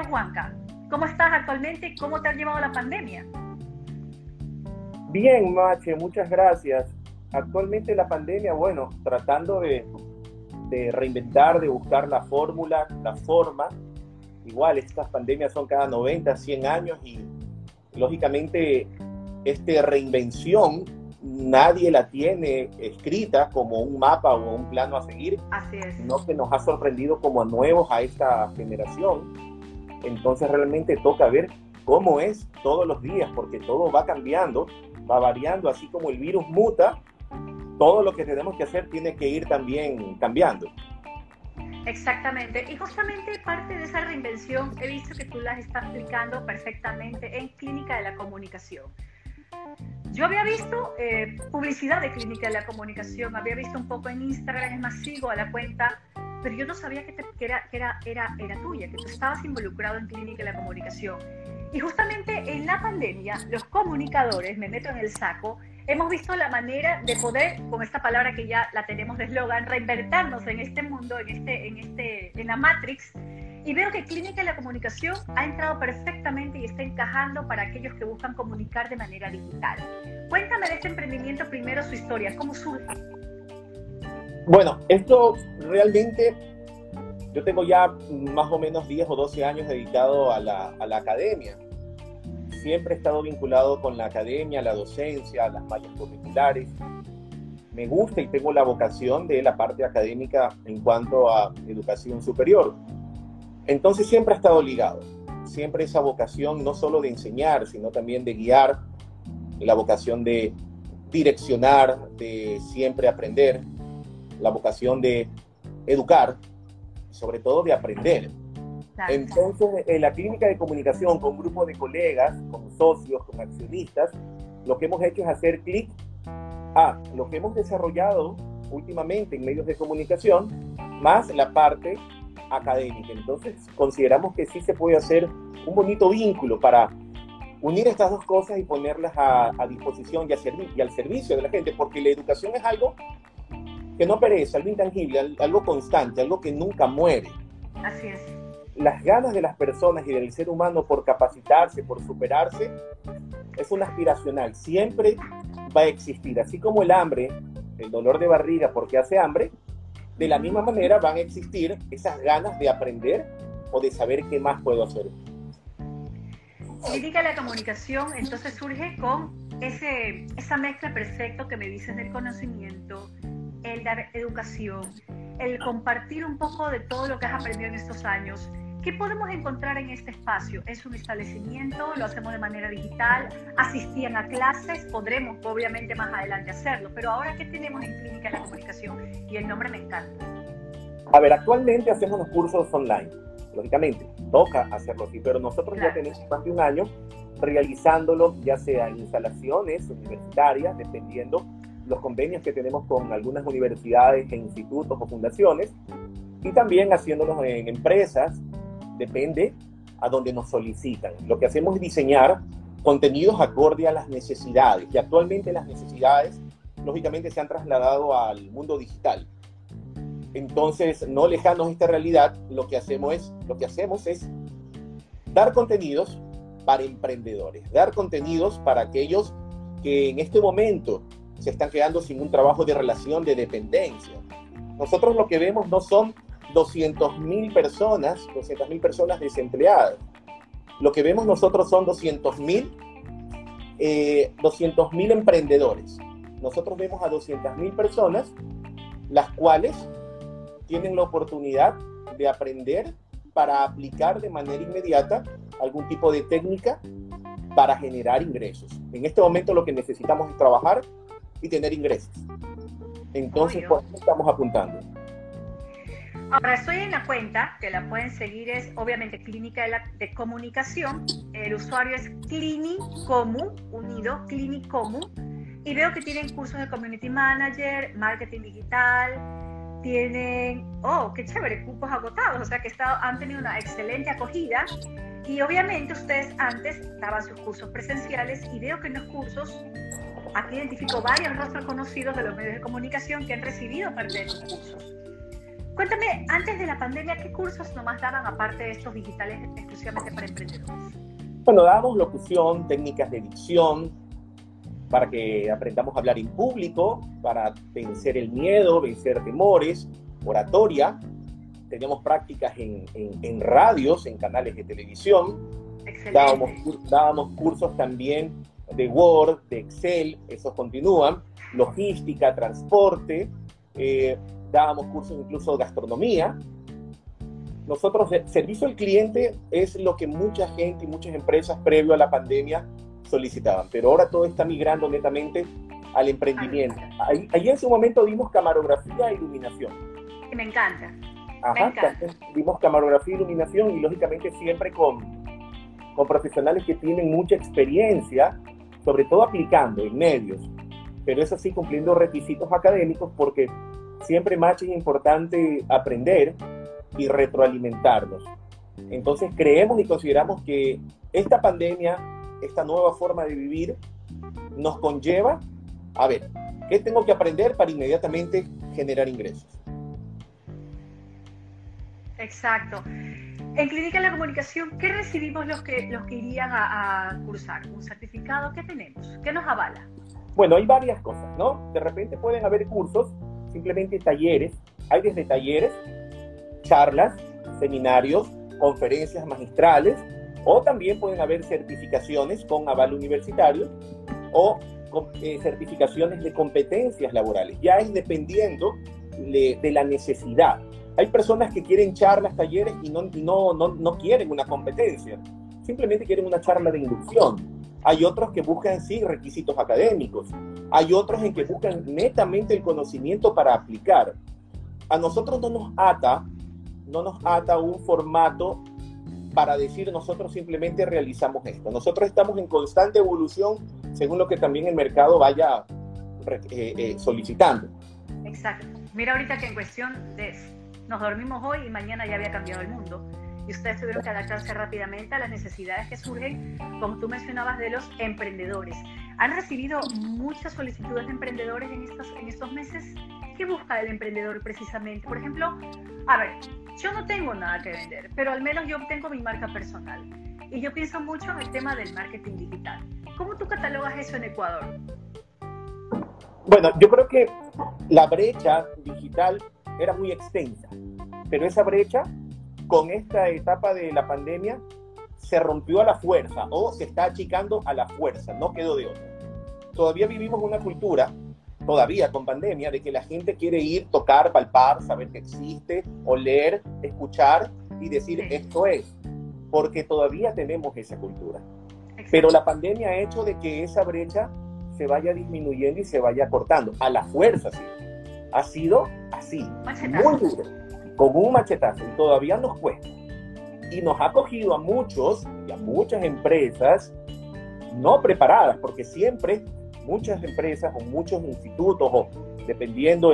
Juanca. ¿Cómo estás actualmente? ¿Cómo te ha llevado la pandemia? Bien, Mache, muchas gracias. Actualmente la pandemia, bueno, tratando de reinventar, de buscar la fórmula, la forma. Igual, estas pandemias son cada 90, 100 años y lógicamente esta reinvención nadie la tiene escrita como un mapa o un plano a seguir, Así es. sino que nos ha sorprendido como a nuevos a esta generación. Entonces realmente toca ver cómo es todos los días, porque todo va cambiando, va variando, así como el virus muta, todo lo que tenemos que hacer tiene que ir también cambiando. Exactamente. Y justamente parte de esa reinvención he visto que tú las estás aplicando perfectamente en Clínica de la Comunicación. Yo había visto publicidad de Clínica de la Comunicación, había visto un poco en Instagram, es más, sigo a la cuenta, pero yo no sabía que era tuya, que tú estabas involucrado en Clínica de la Comunicación. Y justamente en la pandemia, los comunicadores, me meto en el saco, hemos visto la manera de poder, con esta palabra que ya la tenemos de eslogan, reinventarnos en este mundo, en la Matrix. Y veo que Clínica de la Comunicación ha entrado perfectamente y está encajando para aquellos que buscan comunicar de manera digital. Cuéntame de este emprendimiento primero, su historia, ¿cómo surge? Bueno, esto realmente, yo tengo ya más o menos 10 o 12 años dedicado a la academia. Siempre he estado vinculado con la academia, la docencia, las mallas curriculares. Me gusta y tengo la vocación de la parte académica en cuanto a educación superior. Entonces siempre ha estado ligado, siempre esa vocación no solo de enseñar, sino también de guiar, la vocación de direccionar, de siempre aprender, la vocación de educar, sobre todo de aprender. Claro. Entonces, en la clínica de comunicación, con un grupo de colegas, con socios, con accionistas, lo que hemos hecho es hacer clic a lo que hemos desarrollado últimamente en medios de comunicación, más la parte académica. Entonces consideramos que sí se puede hacer un bonito vínculo para unir estas dos cosas y ponerlas a disposición y al servicio de la gente, porque la educación es algo que no perece, algo intangible, algo constante, algo que nunca muere. Así es. Las ganas de las personas y del ser humano por capacitarse, por superarse, es una aspiracional, siempre va a existir, así como el hambre, el dolor de barriga porque hace hambre. De la misma manera van a existir esas ganas de aprender o de saber qué más puedo hacer. Clínica de la Comunicación entonces surge con esa mezcla perfecta que me dices del conocimiento, el dar educación, el compartir un poco de todo lo que has aprendido en estos años. ¿Qué podemos encontrar en este espacio? ¿Es un establecimiento? ¿Lo hacemos de manera digital? ¿Asistían a clases? Podremos, obviamente, más adelante hacerlo. Pero ahora, ¿qué tenemos en Clínica de la Comunicación? Y el nombre me encanta. A ver, actualmente hacemos los cursos online. Lógicamente, toca hacerlo así, pero nosotros Claro. ya tenemos más de un año realizándolo, ya sea en instalaciones universitarias, dependiendo los convenios que tenemos con algunas universidades e institutos o fundaciones, y también haciéndolos en empresas, depende a donde nos solicitan. Lo que hacemos es diseñar contenidos acorde a las necesidades, y actualmente las necesidades, lógicamente, se han trasladado al mundo digital. Entonces, no lejanos a esta realidad, lo que hacemos es dar contenidos para emprendedores, dar contenidos para aquellos que en este momento se están quedando sin un trabajo de relación de dependencia. Nosotros lo que vemos no son 200.000 personas desempleadas. Lo que vemos nosotros son 200.000 emprendedores. Nosotros vemos a 200.000 personas, las cuales tienen la oportunidad de aprender para aplicar de manera inmediata algún tipo de técnica para generar ingresos. En este momento lo que necesitamos es trabajar y tener ingresos. Entonces, por eso estamos apuntando. Ahora, estoy en la cuenta, que la pueden seguir, es obviamente Clínica de Comunicación. El usuario es Clinicomu, unido, Clinicomu. Y veo que tienen cursos de Community Manager, Marketing Digital, tienen, qué chévere, cupos agotados, o sea que han tenido una excelente acogida. Y obviamente ustedes antes daban sus cursos presenciales y veo que en los cursos, aquí identifico varios rostros conocidos de los medios de comunicación que han recibido parte de sus cursos. Cuéntame, antes de la pandemia, ¿qué cursos nomás daban aparte de estos digitales exclusivamente para emprendedores? Bueno, dábamos locución, técnicas de dicción, para que aprendamos a hablar en público, para vencer el miedo, vencer temores, oratoria. Teníamos prácticas en radios, en canales de televisión. Excelente. Dábamos cursos también de Word, de Excel, esos continúan, logística, transporte, dábamos cursos incluso de gastronomía. Nosotros, el servicio al cliente es lo que mucha gente y muchas empresas previo a la pandemia solicitaban, pero ahora todo está migrando netamente al emprendimiento. Ahí en su momento dimos camarografía e iluminación. Me encanta. Ajá, me encanta. Dimos camarografía e iluminación y lógicamente siempre con profesionales que tienen mucha experiencia, sobre todo aplicando en medios, pero eso sí cumpliendo requisitos académicos, porque siempre más es importante aprender y retroalimentarnos. Entonces creemos y consideramos que esta pandemia, esta nueva forma de vivir, nos conlleva a ver, ¿qué tengo que aprender para inmediatamente generar ingresos? Exacto. En Clínica de la Comunicación, ¿qué recibimos los que irían a cursar? ¿Un certificado? ¿Qué tenemos? ¿Qué nos avala? Bueno, hay varias cosas, ¿no? De repente pueden haber cursos, simplemente talleres. Hay desde talleres, charlas, seminarios, conferencias magistrales, o también pueden haber certificaciones con aval universitario o certificaciones de competencias laborales. Ya es dependiendo de la necesidad. Hay personas que quieren charlas, talleres y no quieren una competencia, simplemente quieren una charla de inducción. Hay otros que buscan, sí, requisitos académicos. Hay otros en que buscan netamente el conocimiento para aplicar. A nosotros no nos ata un formato para decir nosotros simplemente realizamos esto. Nosotros estamos en constante evolución según lo que también el mercado vaya solicitando. Exacto. Mira ahorita que en cuestión de nos dormimos hoy y mañana ya había cambiado el mundo. Y ustedes tuvieron que adaptarse rápidamente a las necesidades que surgen, como tú mencionabas, de los emprendedores. ¿Han recibido muchas solicitudes de emprendedores en estos meses? ¿Qué busca el emprendedor precisamente? Por ejemplo, a ver, yo no tengo nada que vender, pero al menos yo tengo mi marca personal. Y yo pienso mucho en el tema del marketing digital. ¿Cómo tú catalogas eso en Ecuador? Bueno, yo creo que la brecha digital era muy extensa, pero esa brecha, con esta etapa de la pandemia, se rompió a la fuerza o se está achicando a la fuerza, no quedó de otra. Todavía vivimos una cultura, todavía con pandemia, de que la gente quiere ir, tocar, palpar, saber que existe, oler, escuchar y decir esto es, porque todavía tenemos esa cultura. Pero la pandemia ha hecho de que esa brecha se vaya disminuyendo y se vaya cortando, a la fuerza, sí. Ha sido así, muy duro, con un machetazo, y todavía nos cuesta. Y nos ha cogido a muchos y a muchas empresas no preparadas, porque siempre muchas empresas o muchos institutos, o dependiendo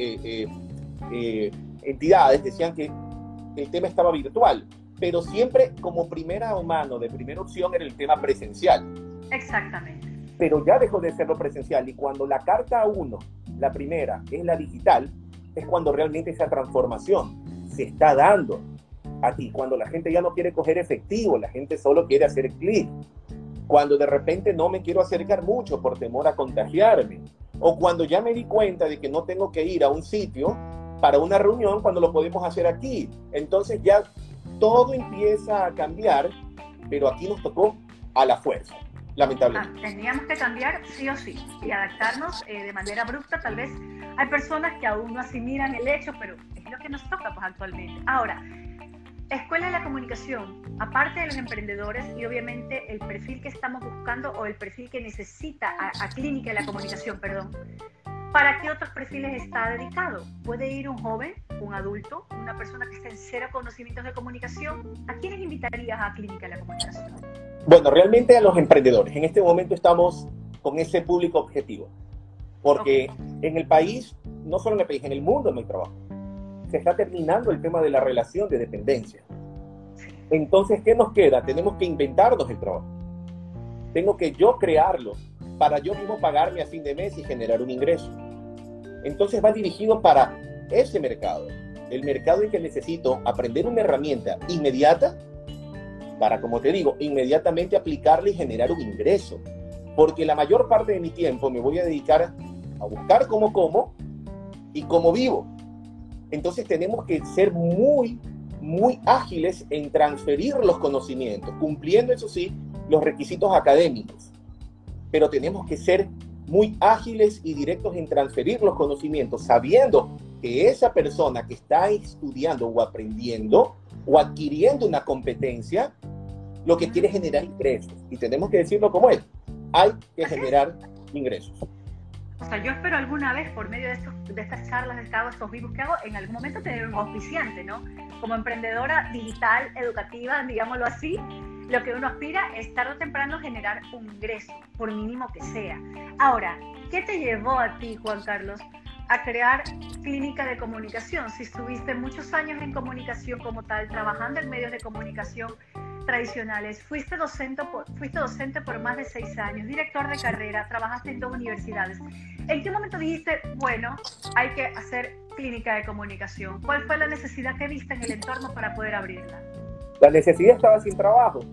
entidades, decían que el tema estaba virtual, pero siempre como primera mano, de primera opción, era el tema presencial. Exactamente. Pero ya dejó de ser lo presencial, y cuando la carta 1, la primera, es la digital, es cuando realmente esa transformación se está dando aquí, cuando la gente ya no quiere coger efectivo, la gente solo quiere hacer clic, cuando de repente no me quiero acercar mucho por temor a contagiarme, o cuando ya me di cuenta de que no tengo que ir a un sitio para una reunión cuando lo podemos hacer aquí. Entonces ya todo empieza a cambiar, pero aquí nos tocó a la fuerza. Lamentablemente. Teníamos que cambiar sí o sí y adaptarnos de manera abrupta. Tal vez hay personas que aún no asimilan el hecho, pero es lo que nos toca pues, actualmente. Ahora, Escuela de la Comunicación, aparte de los emprendedores y obviamente el perfil que estamos buscando o el perfil que necesita a Clínica de la Comunicación, perdón, ¿para qué otros perfiles está dedicado? ¿Puede ir un joven, un adulto, una persona que esté en cero conocimientos de comunicación? ¿A quiénes invitarías a Clínica de la Comunicación? Bueno, realmente a los emprendedores. En este momento estamos con ese público objetivo. Porque en el país, no solo en el país, en el mundo no hay trabajo. Se está terminando el tema de la relación de dependencia. Entonces, ¿qué nos queda? Tenemos que inventarnos el trabajo. Tengo que yo crearlo para yo mismo pagarme a fin de mes y generar un ingreso. Entonces va dirigido para ese mercado. el mercado en que necesito aprender una herramienta inmediata para, como te digo, inmediatamente aplicarla y generar un ingreso. Porque la mayor parte de mi tiempo me voy a dedicar a buscar cómo como y cómo vivo. Entonces tenemos que ser muy ágiles en transferir los conocimientos, cumpliendo, eso sí, los requisitos académicos. Pero tenemos que ser muy ágiles y directos en transferir los conocimientos, sabiendo que esa persona que está estudiando o aprendiendo o adquiriendo una competencia, lo que quiere es generar ingresos. Y tenemos que decirlo como es. Hay que generar ingresos. O sea, yo espero alguna vez, por medio de estas charlas que hago, estos vivos que hago, en algún momento tener un auspiciante, ¿no? Como emprendedora digital, educativa, digámoslo así, lo que uno aspira es tarde o temprano generar un ingreso, por mínimo que sea. Ahora, ¿qué te llevó a ti, Juan Carlos, a crear Clínica de Comunicación? Si estuviste muchos años en comunicación como tal, trabajando en medios de comunicación tradicionales, fuiste docente por más de 6 años, director de carrera, trabajaste en 2 universidades. ¿En qué momento dijiste, bueno, hay que hacer Clínica de Comunicación? ¿Cuál fue la necesidad que viste en el entorno para poder abrirla? La necesidad estaba sin trabajo.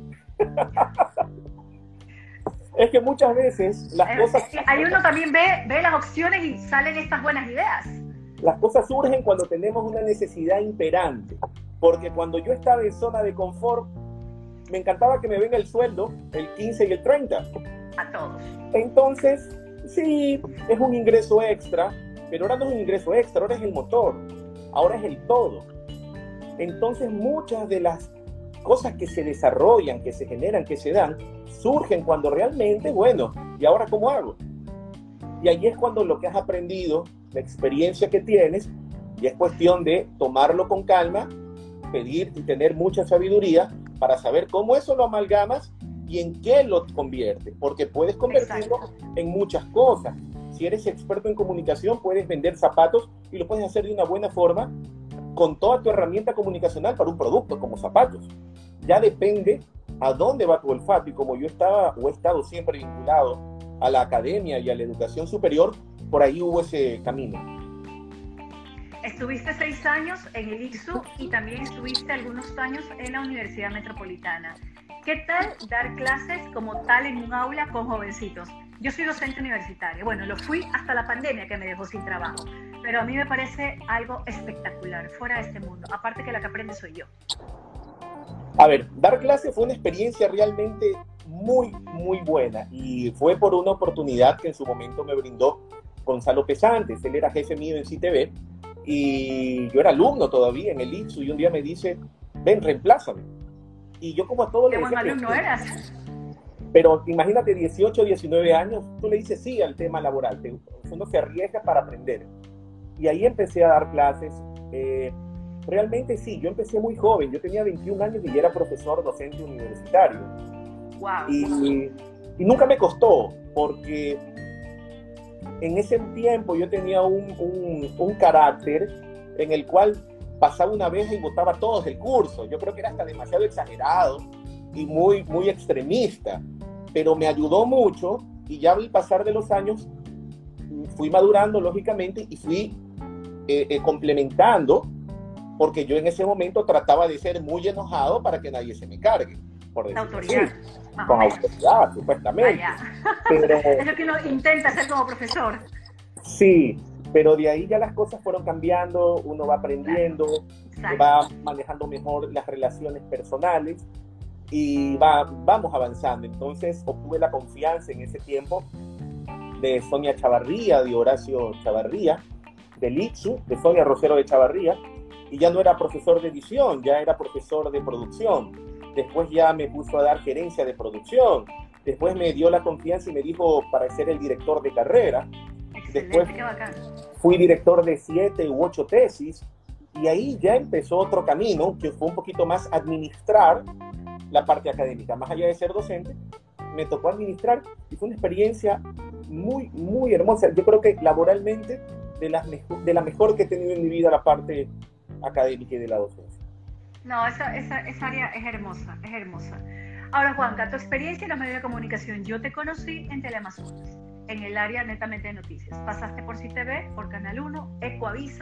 Es que muchas veces las cosas... Ahí uno también ve las opciones y salen estas buenas ideas. Las cosas surgen cuando tenemos una necesidad imperante. Porque cuando yo estaba en zona de confort, me encantaba que me venga el sueldo, el 15 y el 30. A todos. Entonces, sí, es un ingreso extra, pero ahora no es un ingreso extra, ahora es el motor, ahora es el todo. Entonces, muchas de las cosas que se desarrollan, que se generan, que se dan, surgen cuando realmente, bueno, ¿y ahora cómo hago? Y ahí es cuando lo que has aprendido, la experiencia que tienes, y es cuestión de tomarlo con calma, pedir y tener mucha sabiduría para saber cómo eso lo amalgamas y en qué lo conviertes, porque puedes convertirlo en muchas cosas. Si eres experto en comunicación, puedes vender zapatos y lo puedes hacer de una buena forma con toda tu herramienta comunicacional para un producto como zapatos. Ya depende a dónde va tu olfato, y como yo estaba o he estado siempre vinculado a la academia y a la educación superior, por ahí hubo ese camino. Estuviste 6 años en el ICSU y también estuviste algunos años en la Universidad Metropolitana. ¿Qué tal dar clases como tal en un aula con jovencitos? Yo soy docente universitaria. Bueno, lo fui hasta la pandemia que me dejó sin trabajo. Pero a mí me parece algo espectacular, fuera de este mundo. Aparte que la que aprende soy yo. A ver, dar clases fue una experiencia realmente muy buena. Y fue por una oportunidad que en su momento me brindó Gonzalo Pesantes. Él era jefe mío en CITV. Y yo era alumno todavía en el ICSU y un día me dice, ven, reemplázame. Y yo como a todos le decía... ¿Qué buen alumno eras? Pero imagínate, 18, 19 años, tú le dices sí al tema laboral. Uno se arriesga para aprender. Y ahí empecé a dar clases. Realmente sí, yo empecé muy joven. Yo tenía 21 años y ya era profesor docente universitario. Wow. Y nunca me costó, porque... En ese tiempo yo tenía un carácter en el cual pasaba una vez y botaba todos el curso. Yo creo que era hasta demasiado exagerado y muy extremista, pero me ayudó mucho y ya al pasar de los años fui madurando lógicamente y fui complementando, porque yo en ese momento trataba de ser muy enojado para que nadie se me cargue. Por decirlo autoridad. Así. Con autoridad, supuestamente. Pero... es lo que uno intenta hacer como profesor. Sí, pero de ahí ya las cosas fueron cambiando, uno va aprendiendo, va manejando mejor las relaciones personales y vamos avanzando. Entonces obtuve la confianza en ese tiempo de Sonia Chavarría, de Horacio Chavarría, del ICSU, de Sonia Rosero de Chavarría, y ya no era profesor de edición, ya era profesor de producción. Después ya me puso a dar gerencia de producción. Después me dio la confianza y me dijo para ser el director de carrera. Excelente, después qué bacán. Fui director de 7 u 8 tesis. Y ahí ya empezó otro camino, que fue un poquito más administrar la parte académica. Más allá de ser docente, me tocó administrar y fue una experiencia muy hermosa. Yo creo que laboralmente de la mejor que he tenido en mi vida, la parte académica y de la docencia. No, esa área es hermosa, es hermosa. Ahora, Juanca, tu experiencia en los medios de comunicación. Yo te conocí en Teleamazonas, en el área netamente de noticias. Pasaste por CITV, por Canal 1, Ecoavisa,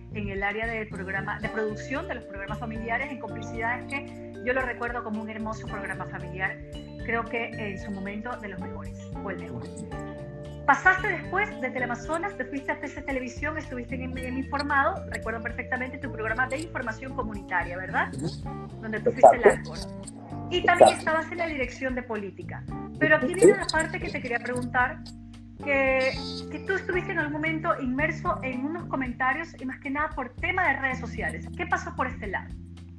en el área del programa, de producción de los programas familiares, en Complicidades, que yo lo recuerdo como un hermoso programa familiar, creo que en su momento de los mejores, o el mejor. Pasaste después de Teleamazonas, te fuiste a TC Televisión, estuviste en Informado, recuerdo perfectamente tu programa de información comunitaria, ¿verdad? Donde tú fuiste el áncora. Y también estabas en la dirección de política. Pero aquí viene la parte que te quería preguntar, que tú estuviste en algún momento inmerso en unos comentarios, y más que nada por tema de redes sociales. ¿Qué pasó por este lado?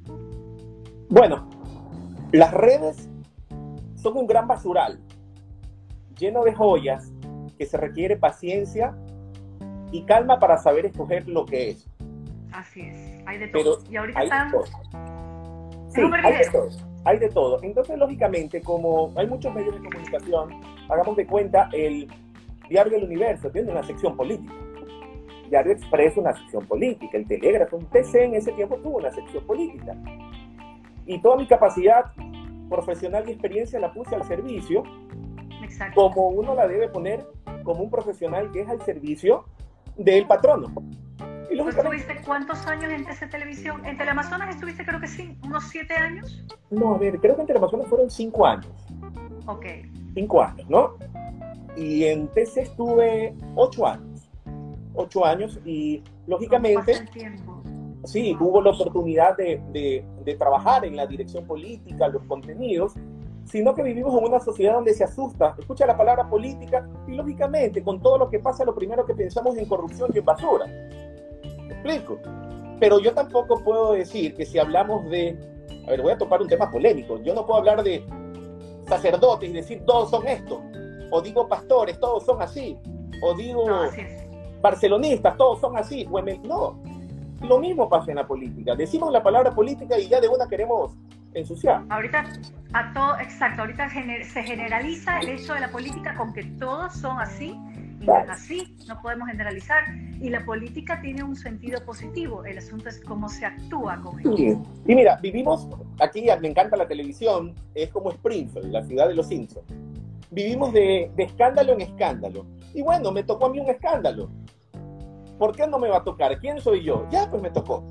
Bueno, las redes son un gran basural, lleno de joyas, que se requiere paciencia y calma para saber escoger lo que es. Así es, hay de todo. Pero y ahorita están... Sí, hay de todo. Hay de todo. Entonces, lógicamente, como hay muchos medios de comunicación, hagamos de cuenta, el Diario del Universo tiene una sección política. Diario Expreso una sección política. El Telégrafo, un TC en ese tiempo tuvo una sección política. Y toda mi capacidad profesional y experiencia la puse al servicio. Exacto. Como uno la debe poner como un profesional que es al servicio del patrono. Y ¿Tú estuviste cuántos años en TC Televisión? ¿En Teleamazonas estuviste creo que sí, unos 7 años? No, a ver, creo que en Teleamazonas fueron 5 años. Ok. 5 años, ¿no? Y en TC estuve 8 años. 8 años y lógicamente... ¿Cómo pasa el tiempo? Sí, hubo la oportunidad de trabajar en la dirección política, los contenidos, sino que vivimos en una sociedad donde se asusta, escucha la palabra política y lógicamente con todo lo que pasa lo primero que pensamos es en corrupción y en basura. ¿Me explico? Pero yo tampoco puedo decir que si hablamos de... A ver, voy a topar un tema polémico. Yo no puedo hablar de sacerdotes y decir todos son esto. O digo pastores, todos son así. O digo barcelonistas, todos son así. No. Lo mismo pasa en la política. Decimos la palabra política y ya de una queremos ensuciar. Ahorita, exacto, ahorita se generaliza el hecho de la política con que todos son así, y no es así, no podemos generalizar. Y la política tiene un sentido positivo, el asunto es cómo se actúa con ella. Sí. Y mira, vivimos, aquí me encanta la televisión, es como Springfield, la ciudad de los Simpsons. Vivimos de escándalo en escándalo. Y bueno, me tocó a mí un escándalo. ¿Por qué no me va a tocar? ¿Quién soy yo? Ya, pues me tocó.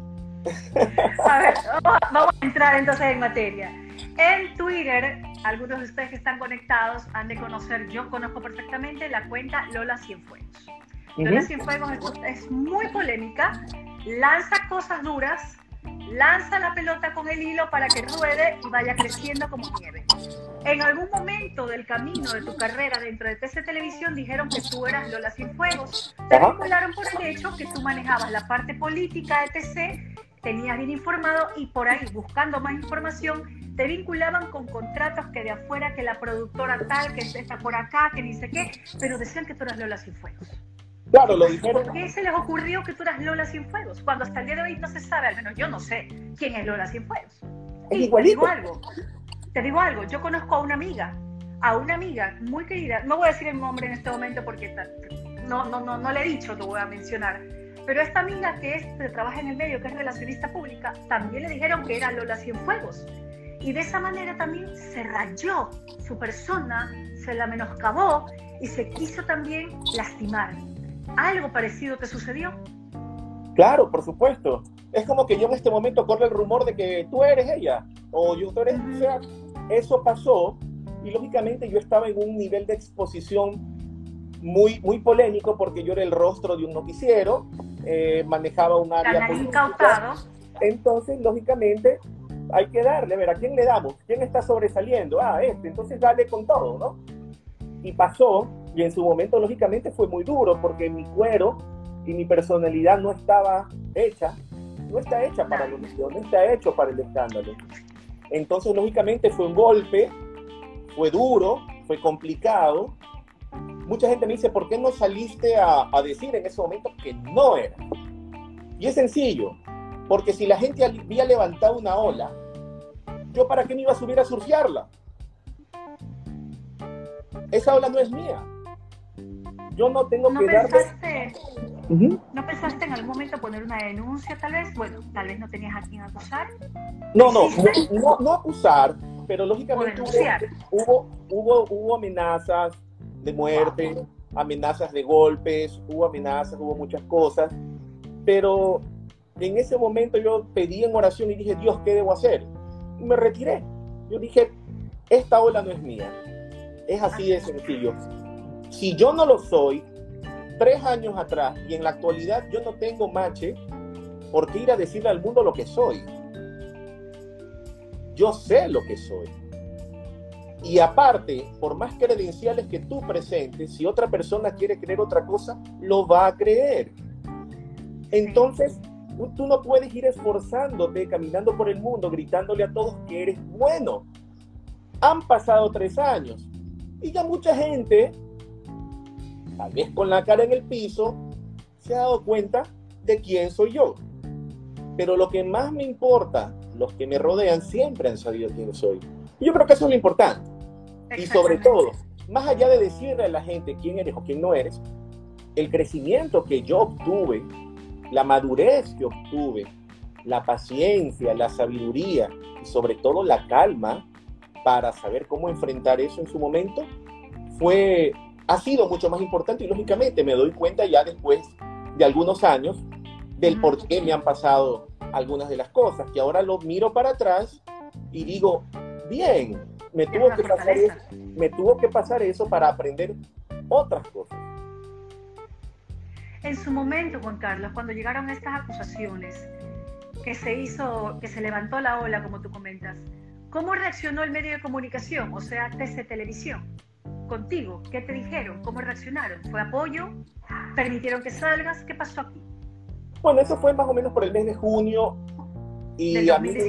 A ver, vamos a entrar entonces en materia. En Twitter, algunos de ustedes que están conectados han de conocer, yo conozco perfectamente la cuenta Lola Cienfuegos. Lola Cienfuegos es muy polémica, lanza cosas duras, lanza la pelota con el hilo para que ruede y vaya creciendo como nieve. En algún momento del camino de tu carrera dentro de TC Televisión dijeron que tú eras Lola Cienfuegos. Te vincularon por el hecho que tú manejabas la parte política de TC, tenías bien informado y por ahí, buscando más información, te vinculaban con contratos que de afuera, que la productora tal, que está por acá, que ni sé qué, pero decían que tú eras Lola Cienfuegos. Claro, lo dijeron. ¿Por qué se les ocurrió que tú eras Lola Cienfuegos? Cuando hasta el día de hoy no se sabe, al menos yo no sé quién es Lola Cienfuegos. Es igualito. Te digo algo, yo conozco a una amiga muy querida, no voy a decir el nombre en este momento porque no le he dicho, lo voy a mencionar, pero esta amiga que trabaja en el medio, que es relacionista pública, también le dijeron que era Lola Cienfuegos. Y de esa manera también se rayó su persona, se la menoscabó y se quiso también lastimar. ¿Algo parecido te sucedió? Claro, por supuesto. Es como que yo en este momento corre el rumor de que tú eres ella, o tú eres... O sea, eso pasó y lógicamente yo estaba en un nivel de exposición muy, muy polémico porque yo era el rostro de un noticiero, manejaba un área política. Entonces, lógicamente, hay que darle, a ver, ¿a quién le damos? ¿Quién está sobresaliendo? Entonces dale con todo, ¿no? Y pasó, y en su momento, lógicamente, fue muy duro porque mi cuero y mi personalidad no estaba hecha, no está hecha para lo mismo, no está hecho para el escándalo. Entonces, lógicamente, fue un golpe, fue duro, fue complicado. Mucha gente me dice, ¿por qué no saliste a decir en ese momento que no era? Y es sencillo, porque si la gente había levantado una ola, ¿yo para qué me iba a subir a surfearla? Esa ola no es mía. Yo no tengo que darle... ¿No pensaste en algún momento poner una denuncia, tal vez? Bueno, tal vez no tenías a quién acusar. No acusar, pero lógicamente hubo amenazas de muerte, amenazas de golpes, hubo muchas cosas. pero en ese momento yo pedí en oración y dije, Dios, ¿qué debo hacer? Y me retiré. Yo dije, esta ola no es mía. Es así de sencillo. Si yo no lo soy, 3 años atrás y en la actualidad yo no tengo mache, ¿por qué ir a decirle al mundo lo que soy? Yo sé lo que soy. Y aparte, por más credenciales que tú presentes, si otra persona quiere creer otra cosa, lo va a creer. Entonces, tú no puedes ir esforzándote, caminando por el mundo, gritándole a todos que eres bueno. Han pasado 3 años y ya mucha gente, tal vez con la cara en el piso, se ha dado cuenta de quién soy yo. Pero lo que más me importa, los que me rodean siempre han sabido quién soy. Y yo creo que eso es lo importante. Y sobre todo, más allá de decirle a la gente quién eres o quién no eres, el crecimiento que yo obtuve, la madurez que obtuve, la paciencia, la sabiduría y sobre todo la calma para saber cómo enfrentar eso en su momento, ha sido mucho más importante y lógicamente me doy cuenta ya después de algunos años del por qué me han pasado algunas de las cosas, que ahora lo miro para atrás y digo, bien, me tuvo que pasar eso para aprender otras cosas. En su momento, Juan Carlos, cuando llegaron estas acusaciones, que se levantó la ola, como tú comentas, ¿cómo reaccionó el medio de comunicación, o sea, TC Televisión, contigo? ¿Qué te dijeron? ¿Cómo reaccionaron? ¿Fue apoyo? ¿Permitieron que salgas? ¿Qué pasó aquí? Bueno, eso fue más o menos por el mes de junio y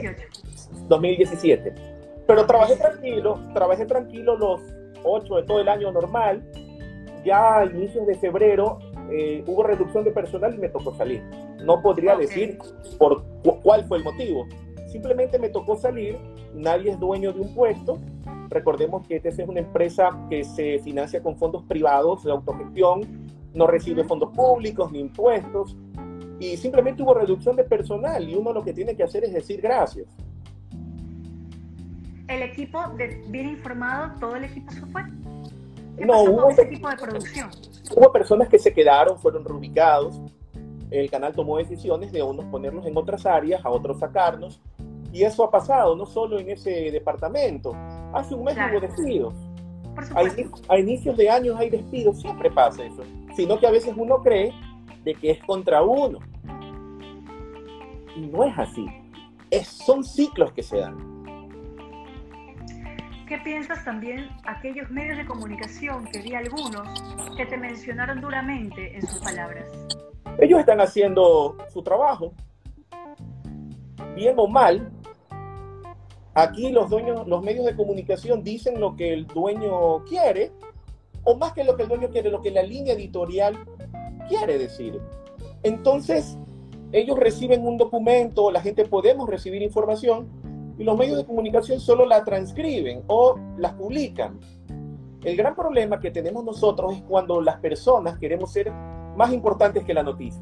2017. Pero trabajé tranquilo los 8 de todo el año normal. Ya a inicios de febrero hubo reducción de personal y me tocó salir. No podría decir cuál fue el motivo. Simplemente me tocó salir. Nadie es dueño de un puesto. Recordemos que ETC es una empresa que se financia con fondos privados de autogestión, no recibe fondos públicos ni impuestos, y simplemente hubo reducción de personal y uno lo que tiene que hacer es decir gracias. ¿El equipo bien informado, todo el equipo se fue? ¿Qué No, pasó con ese equipo de producción? Hubo personas que se quedaron, fueron reubicados. El canal tomó decisiones de unos ponerlos en otras áreas, a otros sacarnos, y eso ha pasado, no solo en ese departamento. Hace un mes hubo despidos. A inicios de años hay despidos, siempre pasa eso. Sino que a veces uno cree de que es contra uno. Y no es así. Son ciclos que se dan. ¿Qué piensas también aquellos medios de comunicación que vi algunos que te mencionaron duramente en sus palabras? Ellos están haciendo su trabajo, bien o mal. Aquí los medios de comunicación dicen lo que el dueño quiere, o más que lo que el dueño quiere, lo que la línea editorial quiere decir. Entonces, ellos reciben un documento, la gente podemos recibir información, y los medios de comunicación solo la transcriben o las publican. El gran problema que tenemos nosotros es cuando las personas queremos ser más importantes que la noticia.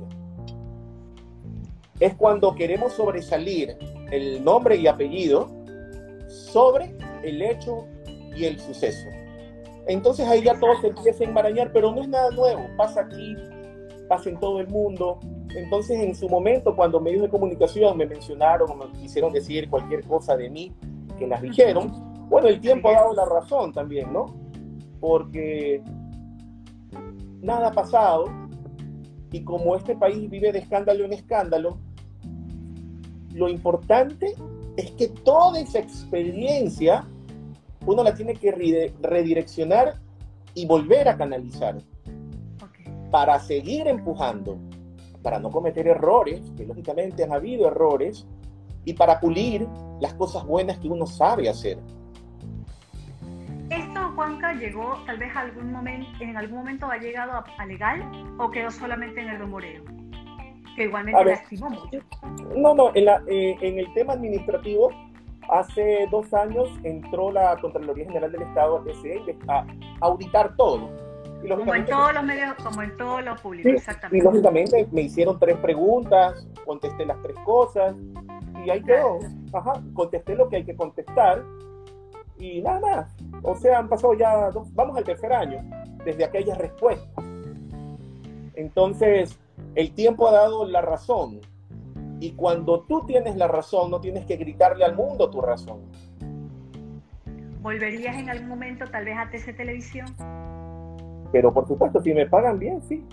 Es cuando queremos sobresalir el nombre y apellido sobre el hecho y el suceso. Entonces ahí ya todo se empieza a enmarañar, pero no es nada nuevo, pasa aquí, pasa en todo el mundo. Entonces en su momento, cuando medios de comunicación me mencionaron o me quisieron decir cualquier cosa de mí, que las dijeron, bueno, el tiempo ha dado la razón también, ¿no? Porque nada ha pasado, y como este país vive de escándalo en escándalo, lo importante es que toda esa experiencia uno la tiene que redireccionar y volver a canalizar para seguir empujando, para no cometer errores, que lógicamente han habido errores, y para pulir las cosas buenas que uno sabe hacer. ¿Esto, Juanca, llegó tal vez en algún momento ha llegado a legal o quedó solamente en el rumoreo? Que igualmente lastimó mucho. No, en el tema administrativo, hace 2 años entró la Contraloría General del Estado a auditar todo. Y como en todos los medios, como en todo lo público, sí, exactamente. Y lógicamente me hicieron 3 preguntas, contesté las 3 cosas, y ahí quedó. Contesté lo que hay que contestar, y nada más. O sea, han pasado ya vamos al 3er año, desde aquellas respuestas. Entonces, el tiempo ha dado la razón. Y cuando tú tienes la razón, no tienes que gritarle al mundo tu razón. ¿Volverías en algún momento tal vez a TC Televisión? Pero por supuesto, si me pagan bien, sí.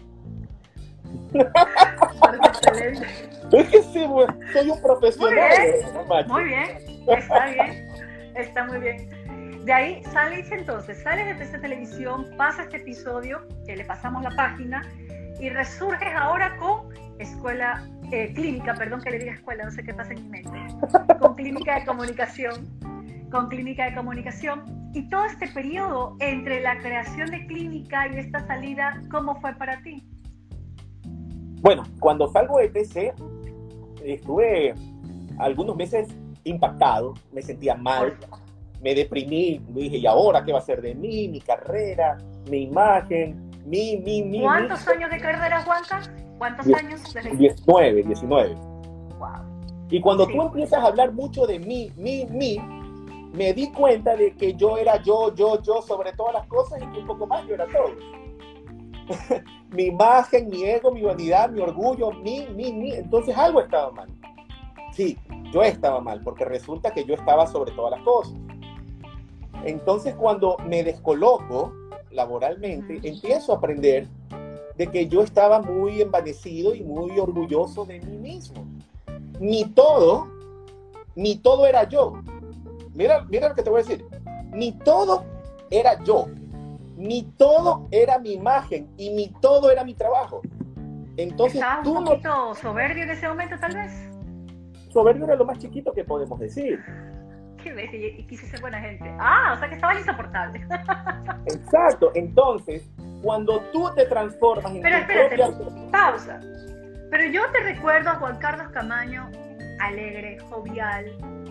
Excelente. Es que sí, soy un profesional. Muy bien, está bien, está muy bien. De ahí sales de TC Televisión, pasa este episodio, que le pasamos la página, y resurges ahora con clínica, perdón que le diga escuela, no sé qué pasa en mi mente, con clínica de comunicación, y todo este periodo entre la creación de clínica y esta salida, ¿cómo fue para ti? Bueno, cuando salgo de TC, estuve algunos meses impactado, me sentía mal, me deprimí, dije, ¿y ahora qué va a ser de mí, mi carrera, mi imagen, mi? ¿Cuántos años de carrera, Juanca? ¿Cuántos años? 19. Wow. Y cuando tú empiezas a hablar mucho de mí, me di cuenta de que yo era yo sobre todas las cosas, y que un poco más yo era todo. Mi imagen, mi ego, mi vanidad, mi orgullo, mi. Entonces algo estaba mal. Sí, yo estaba mal, porque resulta que yo estaba sobre todas las cosas. Entonces, cuando me descoloco laboralmente, empiezo a aprender de que yo estaba muy envanecido y muy orgulloso de mí mismo. Ni todo era yo. Mira lo que te voy a decir. Ni todo era yo. Ni todo era mi imagen, y ni todo era mi trabajo. Entonces, ¿estabas un poquito soberbio en ese momento, tal vez? Soberbio era lo más chiquito que podemos decir. Qué bestia, y quise ser buena gente. O sea que estabas insoportable. Exacto. Entonces, cuando tú te transformas en pausa. Pero yo te recuerdo a Juan Carlos Camaño alegre, jovial,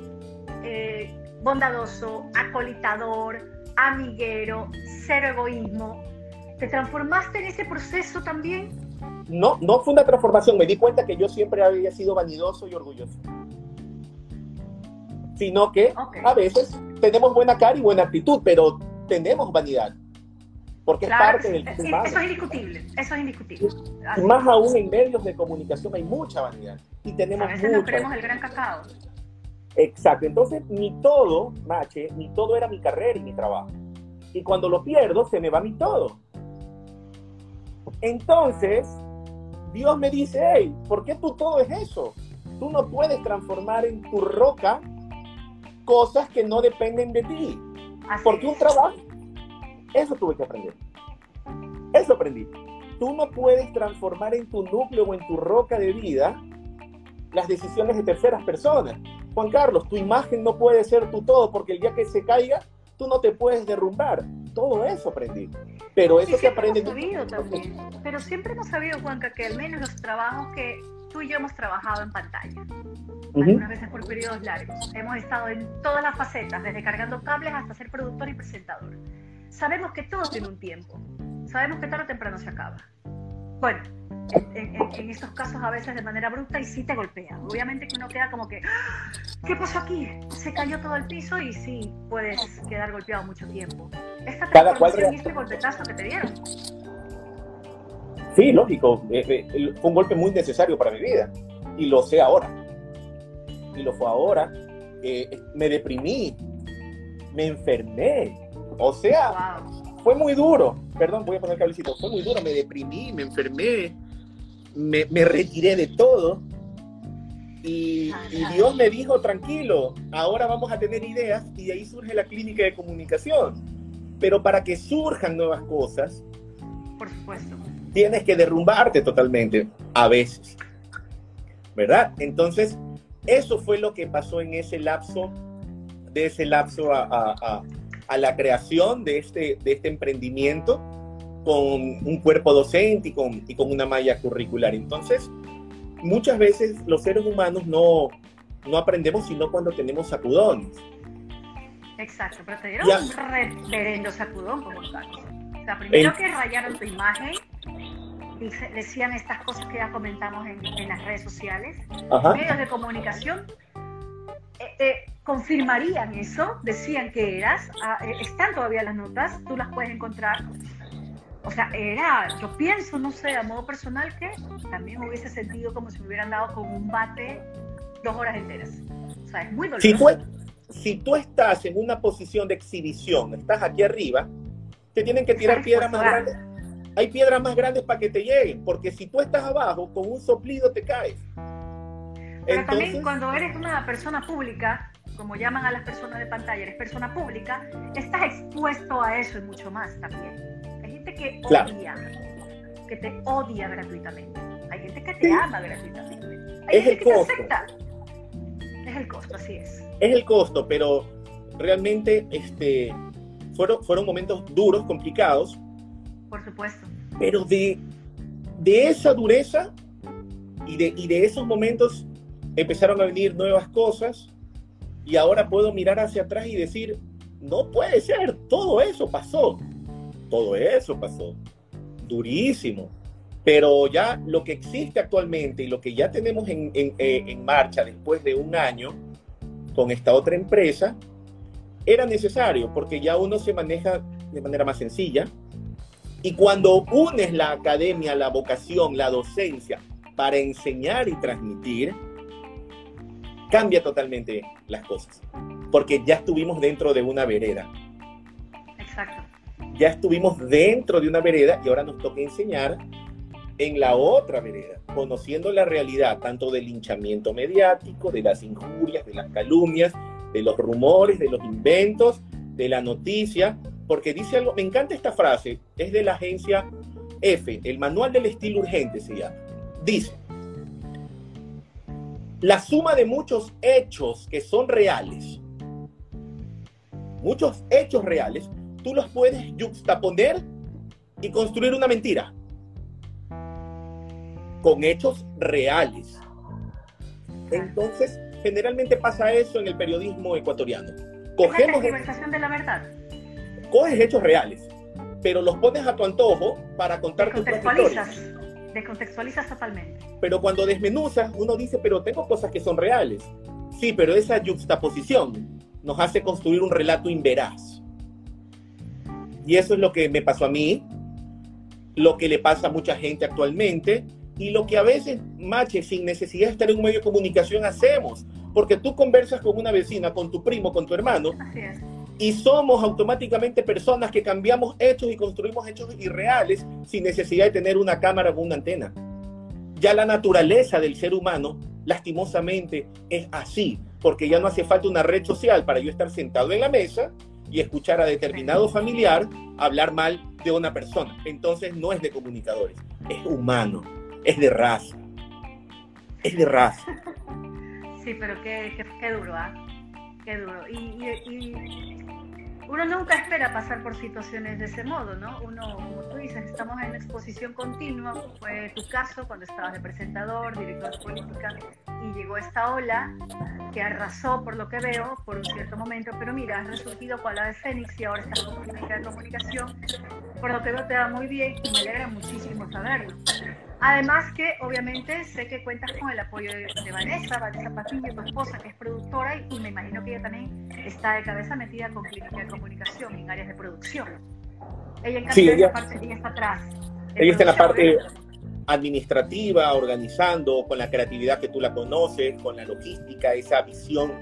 bondadoso, acolitador, amiguero, cero egoísmo. ¿Te transformaste en ese proceso también? No fue una transformación. Me di cuenta que yo siempre había sido vanidoso y orgulloso. Sino que a veces tenemos buena cara y buena actitud, pero tenemos vanidad. Porque es parte del ser humano. Eso es indiscutible. Y más aún en medios de comunicación hay mucha vanidad. Y tenemos a veces nos creemos el gran cacao. Exacto. Entonces, ni todo era mi carrera y mi trabajo. Y cuando lo pierdo, se me va mi todo. Entonces, Dios me dice, hey, ¿por qué tu todo es eso? Tú no puedes transformar en tu roca cosas que no dependen de ti. Porque un trabajo, eso tuve que aprender. Eso aprendí. Tú no puedes transformar en tu núcleo o en tu roca de vida las decisiones de terceras personas. Juan Carlos, tu imagen no puede ser tu todo, porque el día que se caiga, tú no te puedes derrumbar. Todo eso aprendí. Pero eso se aprende. Pero siempre hemos sabido, Juanca, que al menos los trabajos que tú y yo hemos trabajado en pantalla, algunas veces por periodos largos, hemos estado en todas las facetas, desde cargando cables hasta ser productor y presentador. Sabemos que todo tiene un tiempo. Sabemos que tarde o temprano se acaba. Bueno, en estos casos a veces de manera bruta, y sí te golpea. Obviamente que uno queda como que, ¿qué pasó aquí? Se cayó todo el piso, y sí puedes quedar golpeado mucho tiempo. Esta transformación y este golpetazo que te dieron. Sí, lógico. Fue un golpe muy necesario para mi vida. Y lo sé ahora. Y lo fue ahora. Me deprimí. Me enfermé. O sea, fue muy duro. Perdón, voy a poner cablecito. Fue muy duro. Me deprimí, me enfermé. Me retiré de todo. Y Dios me dijo, tranquilo, ahora vamos a tener ideas, y de ahí surge la clínica de comunicación. Pero para que surjan nuevas cosas, por supuesto, tienes que derrumbarte totalmente, a veces, ¿verdad? Entonces, eso fue lo que pasó en ese lapso, a la creación de este emprendimiento, con un cuerpo docente y con una malla curricular. Entonces, muchas veces los seres humanos no aprendemos sino cuando tenemos sacudones. Exacto, pero te dieron un reverendo sacudón, como tal. O sea, primero que rayaron tu imagen, decían estas cosas que ya comentamos en las redes sociales. Medios de comunicación confirmarían eso, decían que eras, están todavía las notas, tú las puedes encontrar. O sea, yo pienso, no sé, a modo personal, que también me hubiese sentido como si me hubieran dado con un bate 2 horas enteras. O sea, es muy doloroso. Si tú estás en una posición de exhibición, estás aquí arriba, te tienen que tirar piedras más grandes. Hay piedras más grandes para que te lleguen, porque si tú estás abajo, con un soplido te caes. Pero también cuando eres una persona pública, como llaman a las personas de pantalla, eres persona pública, estás expuesto a eso y mucho más también. Hay gente que odia, que te odia gratuitamente. Hay gente que te ama gratuitamente. Hay gente que te acepta. Es el costo, así es. Es el costo, pero realmente fueron momentos duros, complicados. Por supuesto. Pero de esa dureza y de esos momentos empezaron a venir nuevas cosas, y ahora puedo mirar hacia atrás y decir, no puede ser, todo eso pasó, durísimo, pero ya lo que existe actualmente y lo que ya tenemos en marcha después de un año con esta otra empresa, era necesario, porque ya uno se maneja de manera más sencilla, y cuando unes la academia, la vocación, la docencia para enseñar y transmitir, cambia totalmente las cosas, porque ya estuvimos dentro de una vereda. Exacto. Ya estuvimos dentro de una vereda y ahora nos toca enseñar en la otra vereda, conociendo la realidad tanto del linchamiento mediático, de las injurias, de las calumnias, de los rumores, de los inventos, de la noticia, porque dice algo, me encanta esta frase, es de la agencia F, el Manual del Estilo Urgente se llama. Dice: la suma de muchos hechos que son reales, muchos hechos reales, tú los puedes yuxtaponer y construir una mentira con hechos reales. Entonces, generalmente pasa eso en el periodismo ecuatoriano. Cogemos la tergiversación de la verdad. Coges hechos reales, pero los pones a tu antojo para contar tus historias. Descontextualizas totalmente. Pero cuando desmenuzas, uno dice, pero tengo cosas que son reales. Sí, pero esa yuxtaposición nos hace construir un relato inveraz. Y eso es lo que me pasó a mí, lo que le pasa a mucha gente actualmente, y lo que a veces, Mache, sin necesidad de estar en un medio de comunicación, hacemos. Porque tú conversas con una vecina, con tu primo, con tu hermano, así es, y somos automáticamente personas que cambiamos hechos y construimos hechos irreales sin necesidad de tener una cámara o una antena. Ya la naturaleza del ser humano, lastimosamente, es así, porque ya no hace falta una red social para yo estar sentado en la mesa y escuchar a determinado familiar hablar mal de una persona. Entonces no es de comunicadores, es humano, es de raza. Es de raza. Sí, pero qué duro, ¿ah? Qué duro. Y uno nunca espera pasar por situaciones de ese modo, ¿no? Uno, como tú dices, estamos en exposición continua. Fue tu caso cuando estabas de presentador, director de política, y llegó esta ola que arrasó, por lo que veo, por un cierto momento. Pero mira, has resurgido con la de Fénix y ahora estás con clínica de comunicación. Por lo que veo te va muy bien y me alegra muchísimo saberlo. Además que, obviamente, sé que cuentas con el apoyo de Vanessa Patiño, tu esposa, que es productora, y me imagino que ella también está de cabeza metida con clínica de comunicación en áreas de producción. Ella, sí, ella está atrás. Ella está en la parte administrativa, organizando, con la creatividad que tú la conoces, con la logística, esa visión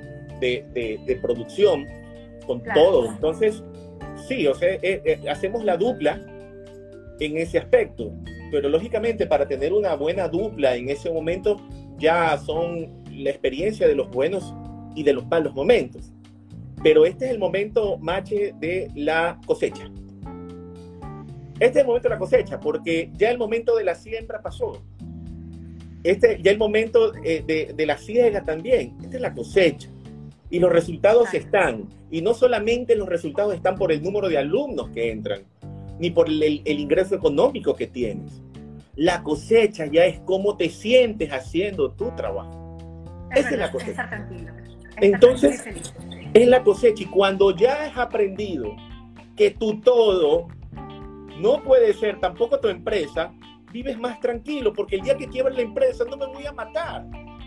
de producción, con claro, todo. Entonces, sí, o sea, hacemos la dupla en ese aspecto. Pero lógicamente para tener una buena dupla en ese momento ya son la experiencia de los buenos y de los malos momentos. Pero este es el momento, Mache, de la cosecha. Este es el momento de la cosecha, porque ya el momento de la siembra pasó. Ya el momento de la siega también. Esta es la cosecha. Y los resultados están. Y no solamente los resultados están por el número de alumnos que entran, ni por el ingreso económico que tienes. La cosecha ya es cómo te sientes haciendo tu trabajo. Esa es la cosecha. Estar tranquilo. Entonces, es la cosecha. Y cuando ya has aprendido que tu todo no puede ser tampoco tu empresa, vives más tranquilo, porque el día que quiebra la empresa no me voy a matar.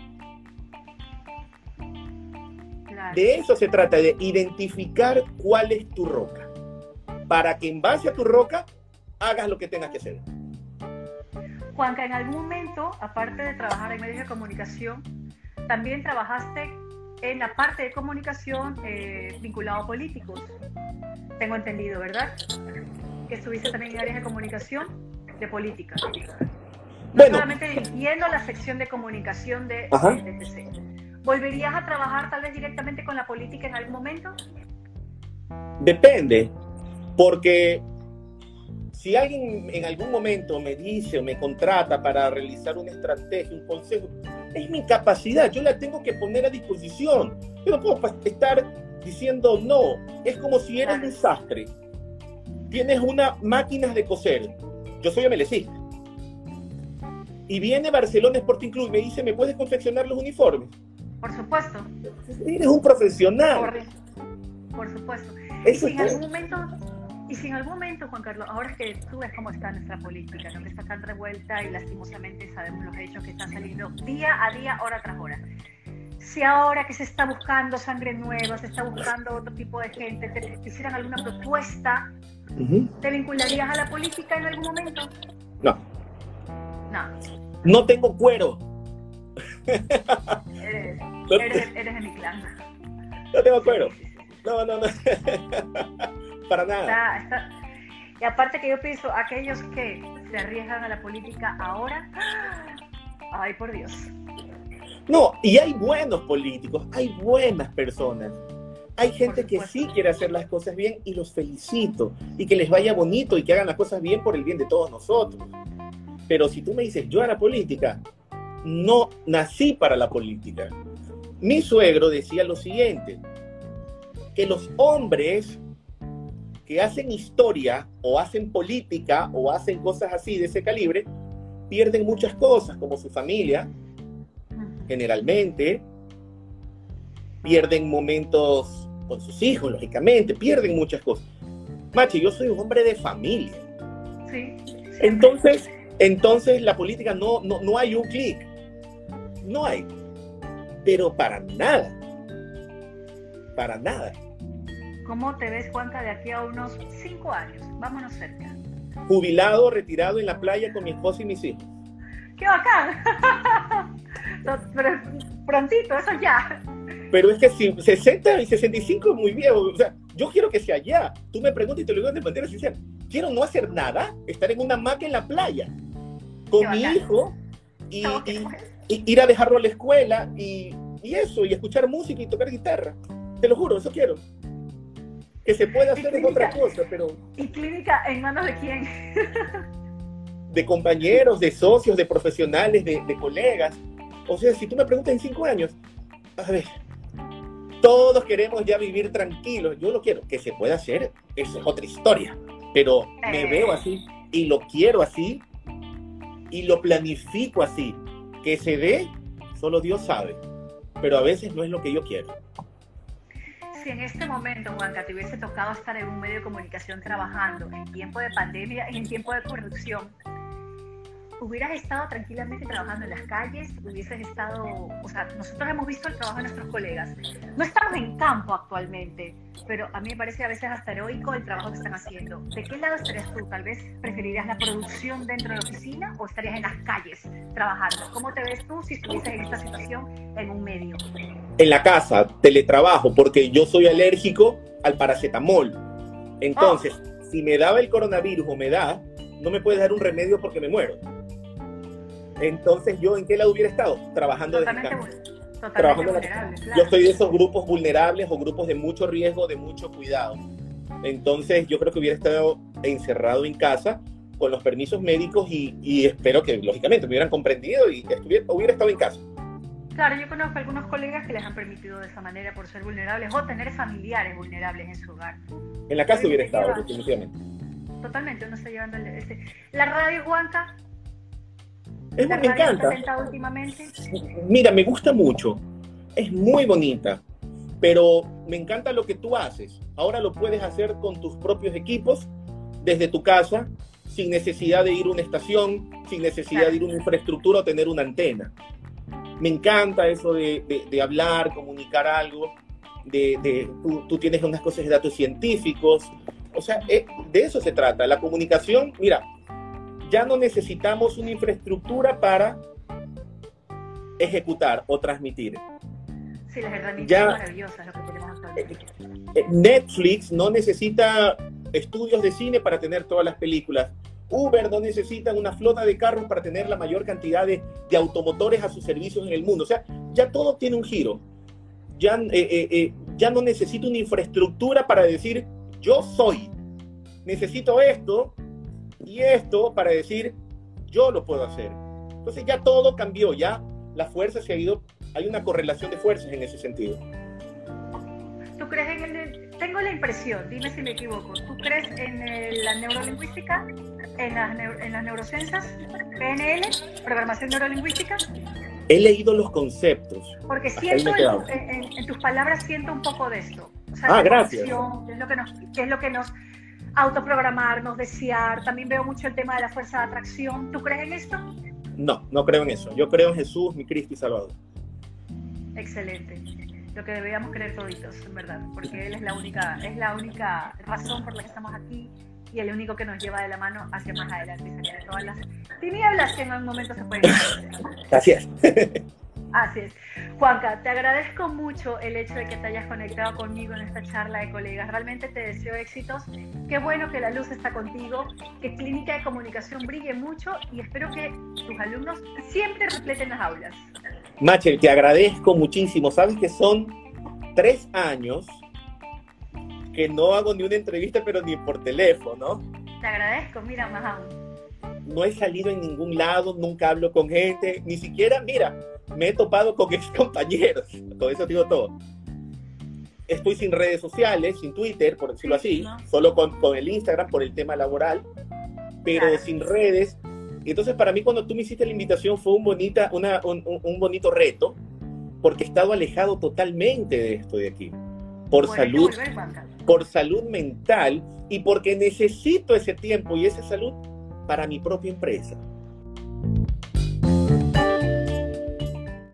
Claro. De eso se trata, de identificar cuál es tu roca, para que en base a tu roca hagas lo que tengas que hacer. Juanca, en algún momento, aparte de trabajar en medios de comunicación, también trabajaste en la parte de comunicación vinculado a políticos. Tengo entendido, ¿verdad? Que estuviste también en áreas de comunicación de política. No solamente dirigiendo la sección de comunicación de TC. ¿Volverías a trabajar tal vez directamente con la política en algún momento? Depende, porque si alguien en algún momento me dice o me contrata para realizar una estrategia, un consejo, es mi capacidad, yo la tengo que poner a disposición. Yo no puedo estar diciendo no. Es como si eres un sastre. Tienes una máquina de coser. Yo soy amelecista. Y viene Barcelona Sporting Club y me dice, ¿me puedes confeccionar los uniformes? Por supuesto. Eres un profesional. Por supuesto. Eso y si en algún momento, Juan Carlos, ahora es que tú ves cómo está nuestra política, ¿no? Que está tan revuelta y lastimosamente sabemos los hechos que están saliendo día a día, hora tras hora. Si ahora que se está buscando sangre nueva, se está buscando otro tipo de gente, te hicieran alguna propuesta, ¿te vincularías a la política en algún momento? No. No. No tengo cuero. Eres de mi clan. No tengo cuero. No. Para nada. Y aparte que yo pienso, aquellos que se arriesgan a la política ahora, ay, por Dios. No, y hay buenos políticos, hay buenas personas. Hay gente que sí quiere hacer las cosas bien y los felicito. Y que les vaya bonito y que hagan las cosas bien por el bien de todos nosotros. Pero si tú me dices, yo a la política, no nací para la política. Mi suegro decía lo siguiente, que los hombres que hacen historia o hacen política o hacen cosas así de ese calibre, pierden muchas cosas, como su familia, generalmente, pierden momentos con sus hijos, lógicamente, pierden muchas cosas. Machi, yo soy un hombre de familia. Sí. Entonces la política no hay un clic. No hay. Pero para nada. Para nada. ¿Cómo te ves, Juanca, de aquí a unos 5 años? Vámonos cerca. Jubilado, retirado en la playa con mi esposa y mis hijos. ¡Qué bacán! Pero prontito, eso ya. Pero es que si 60 y 65 es muy viejo. O sea, yo quiero que sea ya. Tú me preguntas y te lo digo de manera sincera. Quiero no hacer nada, estar en una hamaca en la playa con mi hijo y ir a dejarlo a la escuela y eso, y escuchar música y tocar guitarra. Te lo juro, eso quiero. Que se puede hacer es otra cosa, pero... ¿Y clínica en manos de quién? De compañeros, de socios, de profesionales, de colegas. O sea, si tú me preguntas en 5 años, a ver, todos queremos ya vivir tranquilos. Yo lo quiero. Que se pueda hacer, eso es otra historia. Pero me veo así y lo quiero así y lo planifico así. Que se dé, solo Dios sabe. Pero a veces no es lo que yo quiero. Si en este momento, Juanca, te hubiese tocado estar en un medio de comunicación trabajando en tiempo de pandemia y en tiempo de corrupción, hubieras estado tranquilamente trabajando en las calles, hubieses estado, o sea, nosotros hemos visto el trabajo de nuestros colegas. No estamos en campo actualmente, pero a mí me parece a veces hasta heroico el trabajo que están haciendo. ¿De qué lado estarías tú? ¿Tal vez preferirías la producción dentro de la oficina o estarías en las calles trabajando? ¿Cómo te ves tú si estuvieses en esta situación en un medio? En la casa, teletrabajo, porque yo soy alérgico al paracetamol. Entonces, si me daba el coronavirus o me da, no me puedes dar un remedio porque me muero. Entonces, ¿yo en qué lado hubiera estado? Trabajando desde casa. Trabajando vulnerable, claro. Yo soy de esos grupos vulnerables o grupos de mucho riesgo, de mucho cuidado. Entonces, yo creo que hubiera estado encerrado en casa con los permisos médicos y espero que, lógicamente, me hubieran comprendido y hubiera estado en casa. Claro, yo conozco algunos colegas que les han permitido de esa manera por ser vulnerables o tener familiares vulnerables en su hogar. En la casa hubiera estado, definitivamente. Totalmente, uno está llevando la radio, Juanca. Me encanta. Últimamente. Mira, me gusta mucho. Es muy bonita. Pero me encanta lo que tú haces. Ahora lo puedes hacer con tus propios equipos, desde tu casa, sin necesidad de ir a una estación, sin necesidad de ir a una infraestructura o tener una antena. Me encanta eso de hablar, comunicar algo. Tú tienes unas cosas de datos científicos. O sea, de eso se trata. La comunicación, mira, ya no necesitamos una infraestructura para ejecutar o transmitir. Sí, las herramientas Ya, son maravillosas lo que tenemos actualmente. Netflix no necesita estudios de cine para tener todas las películas. Uber no necesita una flota de carros para tener la mayor cantidad de automotores a sus servicios en el mundo. O sea, ya todo tiene un giro. Ya no necesito una infraestructura para decir yo soy. Necesito esto y esto para decir yo lo puedo hacer. Entonces ya todo cambió, ya la fuerza se ha ido, hay una correlación de fuerzas en ese sentido. ¿Tú crees tengo la impresión, dime si me equivoco, ¿tú crees en la neurolingüística, en las neurociencias, PNL, programación neurolingüística? He leído los conceptos. Porque siento en tus palabras siento un poco de esto. O sea, gracias. Que es lo que nos autoprogramarnos, desear. También veo mucho el tema de la fuerza de atracción. ¿Tú crees en esto? No, no creo en eso. Yo creo en Jesús, mi Cristo y Salvador. Excelente. Lo que deberíamos creer toditos, en verdad. Porque Él es la única razón por la que estamos aquí y el único que nos lleva de la mano hacia más adelante y salir de todas las tinieblas que en algún momento se pueden hacer. Así es. Así es. Juanca, te agradezco mucho el hecho de que te hayas conectado conmigo en esta charla de colegas. Realmente te deseo éxitos. Qué bueno que la luz está contigo, que Clínica de Comunicación brille mucho y espero que tus alumnos siempre repleten las aulas. Machel, te agradezco muchísimo. Sabes que son 3 años que no hago ni una entrevista, pero ni por teléfono. Te agradezco, mira, más aún. No he salido en ningún lado, nunca hablo con gente, ni siquiera, mira, me he topado con ex compañeros, con eso digo todo. Estoy sin redes sociales, sin Twitter, por decirlo así, ¿no? Solo con el Instagram por el tema laboral, pero claro, sin redes. Entonces, para mí, cuando tú me hiciste la invitación, fue un bonito reto, porque he estado alejado totalmente de esto de aquí, por salud mental y porque necesito ese tiempo y esa salud para mi propia empresa.